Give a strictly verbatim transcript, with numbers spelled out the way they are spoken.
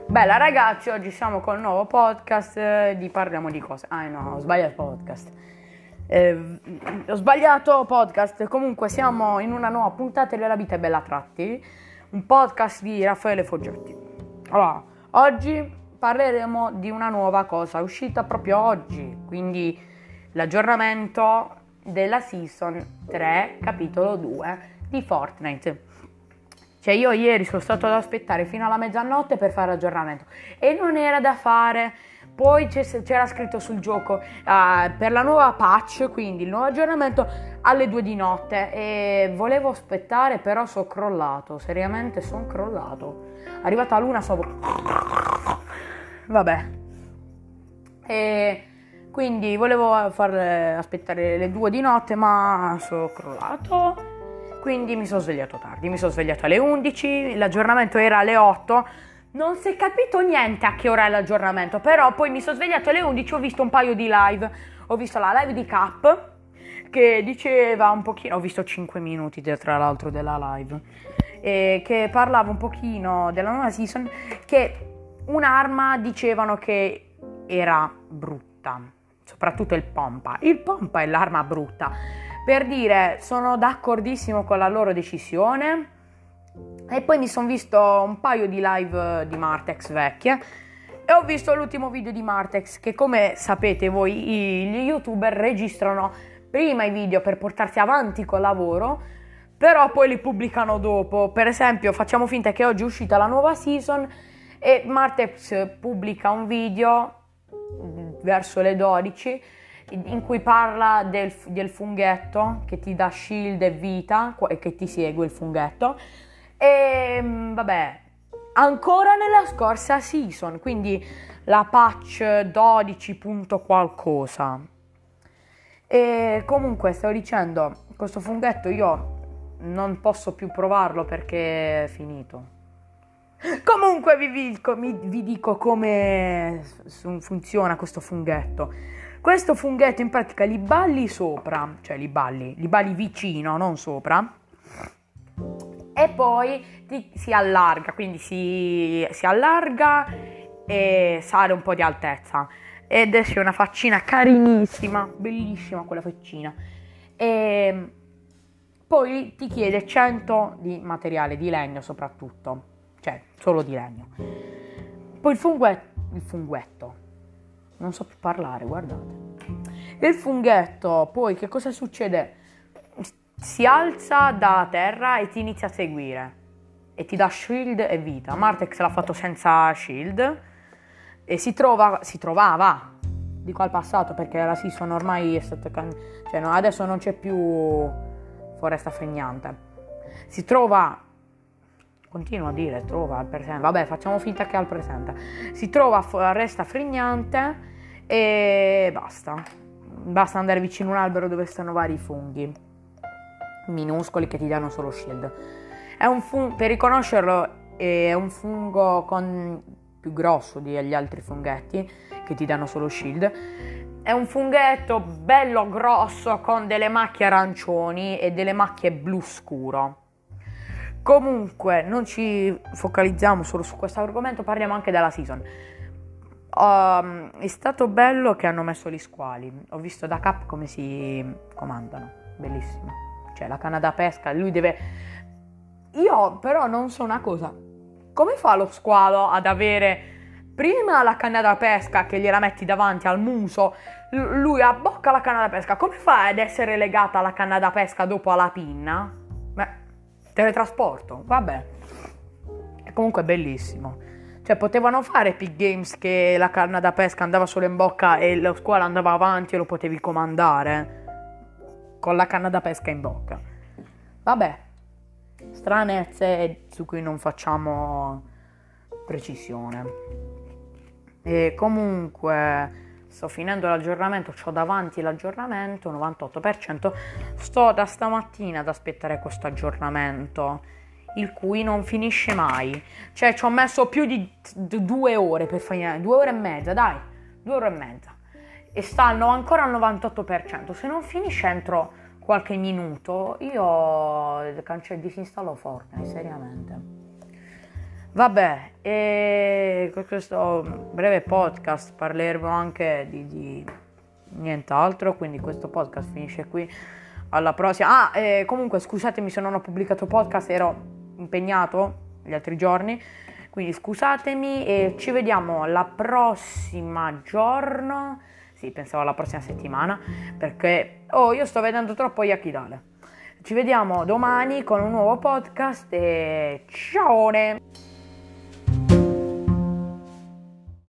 Bella ragazzi, oggi siamo col nuovo podcast eh, di Parliamo di cose. Ah no, ho sbagliato podcast. Eh, ho sbagliato podcast. Comunque siamo in una nuova puntata della vita è bella a tratti, un podcast di Raffaele Foggetti. Allora, oggi parleremo di una nuova cosa uscita proprio oggi, quindi l'aggiornamento della season tre, capitolo due di Fortnite. Cioè io ieri sono stato ad aspettare fino alla mezzanotte per fare l'aggiornamento e non era da fare. Poi c'era scritto sul gioco uh, per la nuova patch, quindi il nuovo aggiornamento alle due di notte, e volevo aspettare, però sono crollato, seriamente sono crollato. Arrivata a luna sopra. Vabbè. E quindi volevo far aspettare le due di notte, ma sono crollato. Quindi mi sono svegliato tardi, mi sono svegliato alle undici, l'aggiornamento era alle otto, non si è capito niente a che ora è l'aggiornamento, però poi mi sono svegliato alle undici, ho visto un paio di live, ho visto la live di Cap che diceva un pochino, ho visto cinque minuti tra l'altro della live, e che parlava un pochino della nuova season, che un'arma dicevano che era brutta, soprattutto il pompa, il pompa è l'arma brutta. Per dire, sono d'accordissimo con la loro decisione. E poi mi sono visto un paio di live di Martex vecchie e ho visto l'ultimo video di Martex, che come sapete voi gli youtuber registrano prima i video per portarsi avanti col lavoro, però poi li pubblicano dopo. Per esempio, facciamo finta che oggi è uscita la nuova season e Martex pubblica un video verso le dodici in cui parla del, del funghetto che ti dà shield e vita e che ti segue il funghetto, e vabbè, ancora nella scorsa season, quindi la patch dodici punto qualcosa. E comunque stavo dicendo, questo funghetto io non posso più provarlo perché è finito. Comunque vi, vi, vi dico come funziona questo funghetto. Questo funghetto in pratica li balli sopra, cioè li balli, li balli vicino, non sopra, e poi ti, si allarga, quindi si, si allarga e sale un po' di altezza. Ed esce una faccina carinissima, bellissima quella faccina. E poi ti chiede cento di materiale, di legno soprattutto, cioè solo di legno. Poi il funghetto, il funghetto. Non so più parlare, guardate. Il funghetto, poi che cosa succede? Si alza dalla terra e ti inizia a seguire. E ti dà shield e vita. Martex l'ha fatto senza shield. E si trova, si trovava, dico al passato perché la season ormai è stata... Can- cioè no, adesso non c'è più foresta fregnante. Si trova... Continuo a dire, trova al presente. Vabbè, facciamo finta che è al presente. Si trova foresta fregnante e basta. Basta andare vicino a un albero dove stanno vari funghi minuscoli che ti danno solo shield. È un fun- per riconoscerlo è un fungo con più grosso degli altri funghetti che ti danno solo shield. È un funghetto bello grosso con delle macchie arancioni e delle macchie blu scuro. Comunque non ci focalizziamo solo su questo argomento, parliamo anche della season. Um, è stato bello che hanno messo gli squali. Ho visto da Cap come si comandano, bellissimo. Cioè la canna da pesca, lui deve... Io però non so una cosa, come fa lo squalo ad avere prima la canna da pesca che gliela metti davanti al muso, lui abbocca la canna da pesca, come fa ad essere legata alla canna da pesca dopo alla pinna? Beh, teletrasporto, vabbè. E comunque è bellissimo. Cioè potevano fare Epic Games che la canna da pesca andava solo in bocca e lo squalo andava avanti e lo potevi comandare con la canna da pesca in bocca. Vabbè, stranezze su cui non facciamo precisione. E comunque sto finendo l'aggiornamento, c'ho davanti l'aggiornamento novantotto per cento. Sto da stamattina ad aspettare questo aggiornamento, il cui non finisce mai. Cioè ci ho messo più di d- due ore per finire, due ore e mezza, dai, due ore e mezza. E stanno ancora al novantotto per cento. Se non finisce entro qualche minuto, io cancello, disinstallo Fortnite, seriamente. Vabbè, e con questo breve podcast parleremo anche di, di nient'altro, quindi questo podcast finisce qui. Alla prossima. Ah, eh, comunque scusatemi se non ho pubblicato podcast, ero impegnato gli altri giorni, quindi scusatemi e ci vediamo la prossima giorno. Sì, pensavo alla prossima settimana, perché oh, io sto vedendo troppo Yakidale. Ci vediamo domani con un nuovo podcast e ciao!